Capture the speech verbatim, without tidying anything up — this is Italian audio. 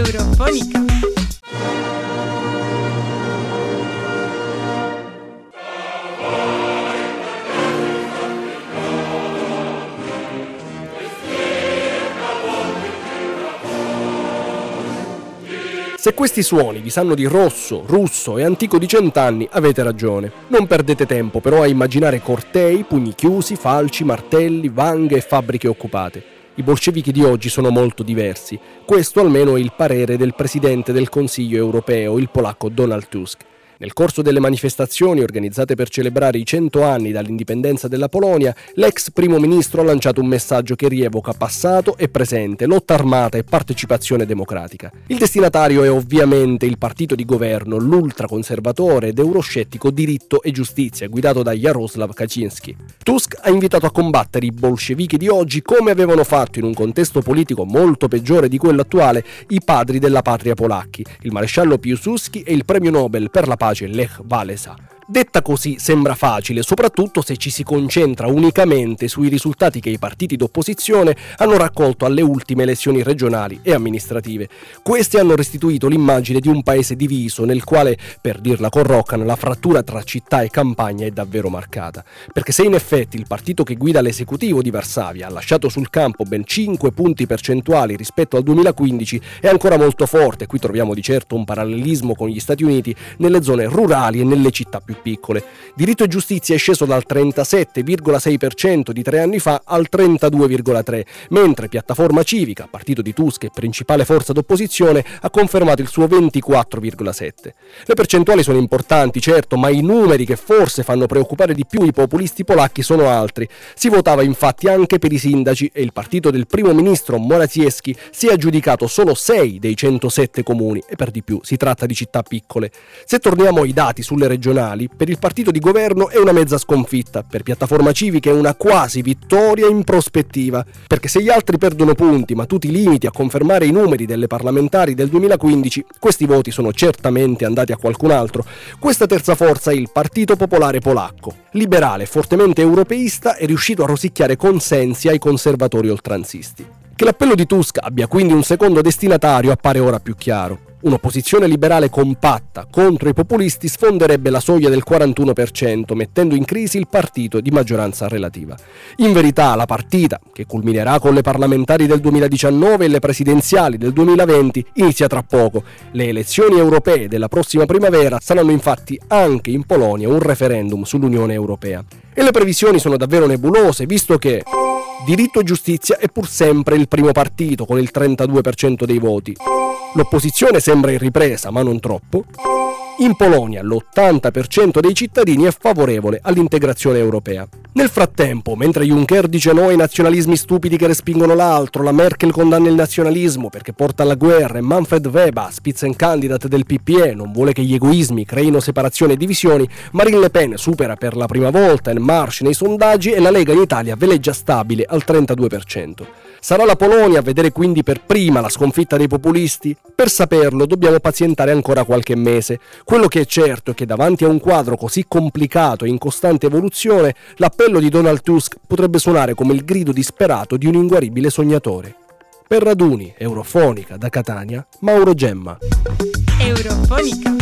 Eurofonica. Se questi suoni vi sanno di rosso, russo e antico di cent'anni, avete ragione. Non perdete tempo però a immaginare cortei, pugni chiusi, falci, martelli, vanghe e fabbriche occupate. I bolscevichi di oggi sono molto diversi. Questo almeno è il parere del presidente del Consiglio europeo, il polacco Donald Tusk. Nel corso delle manifestazioni organizzate per celebrare i cento anni dall'indipendenza della Polonia, l'ex primo ministro ha lanciato un messaggio che rievoca passato e presente, lotta armata e partecipazione democratica. Il destinatario è ovviamente il partito di governo, l'ultraconservatore ed euroscettico Diritto e Giustizia, guidato da Jarosław Kaczyński. Tusk ha invitato a combattere i bolscevichi di oggi come avevano fatto in un contesto politico molto peggiore di quello attuale i padri della patria polacchi, il maresciallo Piłsudski e il premio Nobel per la pace Lech Walesa. Detta così sembra facile, soprattutto se ci si concentra unicamente sui risultati che i partiti d'opposizione hanno raccolto alle ultime elezioni regionali e amministrative. Questi hanno restituito l'immagine di un paese diviso nel quale, per dirla con Roccan, la frattura tra città e campagna è davvero marcata. Perché se in effetti il partito che guida l'esecutivo di Varsavia ha lasciato sul campo ben cinque punti percentuali rispetto al duemilaquindici, è ancora molto forte, qui troviamo di certo un parallelismo con gli Stati Uniti, nelle zone rurali e nelle città più piccole. Diritto e Giustizia è sceso dal trentasette virgola sei per cento di tre anni fa al trentadue virgola tre per cento, mentre Piattaforma Civica, partito di Tusk e principale forza d'opposizione, ha confermato il suo ventiquattro virgola sette per cento. Le percentuali sono importanti, certo, ma i numeri che forse fanno preoccupare di più i populisti polacchi sono altri. Si votava infatti anche per i sindaci e il partito del primo ministro Morawiecki si è aggiudicato solo sei dei centosette comuni e per di più si tratta di città piccole. Se torniamo ai dati sulle regionali, per il partito di governo è una mezza sconfitta, per Piattaforma Civica è una quasi vittoria in prospettiva, perché se gli altri perdono punti ma tu ti limiti a confermare i numeri delle parlamentari del duemilaquindici, questi voti sono certamente andati a qualcun altro. Questa terza forza è il Partito Popolare Polacco. Liberale, fortemente europeista, è riuscito a rosicchiare consensi ai conservatori oltranzisti. Che l'appello di Tusk abbia quindi un secondo destinatario appare ora più chiaro. Un'opposizione liberale compatta contro i populisti sfonderebbe la soglia del quarantuno per cento, mettendo in crisi il partito di maggioranza relativa. In verità, la partita, che culminerà con le parlamentari del duemiladiciannove e le presidenziali del duemilaventi, inizia tra poco. Le elezioni europee della prossima primavera saranno infatti anche in Polonia un referendum sull'Unione Europea. E le previsioni sono davvero nebulose, visto che Diritto e Giustizia è pur sempre il primo partito, con il trentadue per cento dei voti. L'opposizione sembra in ripresa, ma non troppo. In Polonia l'ottanta per cento dei cittadini è favorevole all'integrazione europea. Nel frattempo, mentre Juncker dice no ai nazionalismi stupidi che respingono l'altro, la Merkel condanna il nazionalismo perché porta alla guerra e Manfred Weber, Spitzenkandidat del P P E, non vuole che gli egoismi creino separazione e divisioni, Marine Le Pen supera per la prima volta il Marsh nei sondaggi e la Lega in Italia veleggia stabile al trentadue per cento. Sarà la Polonia a vedere quindi per prima la sconfitta dei populisti? Per saperlo dobbiamo pazientare ancora qualche mese. Quello che è certo è che davanti a un quadro così complicato e in costante evoluzione, l'appello di Donald Tusk potrebbe suonare come il grido disperato di un inguaribile sognatore. Per Raduni Eurofonica da Catania, Mauro Gemma. Eurofonica.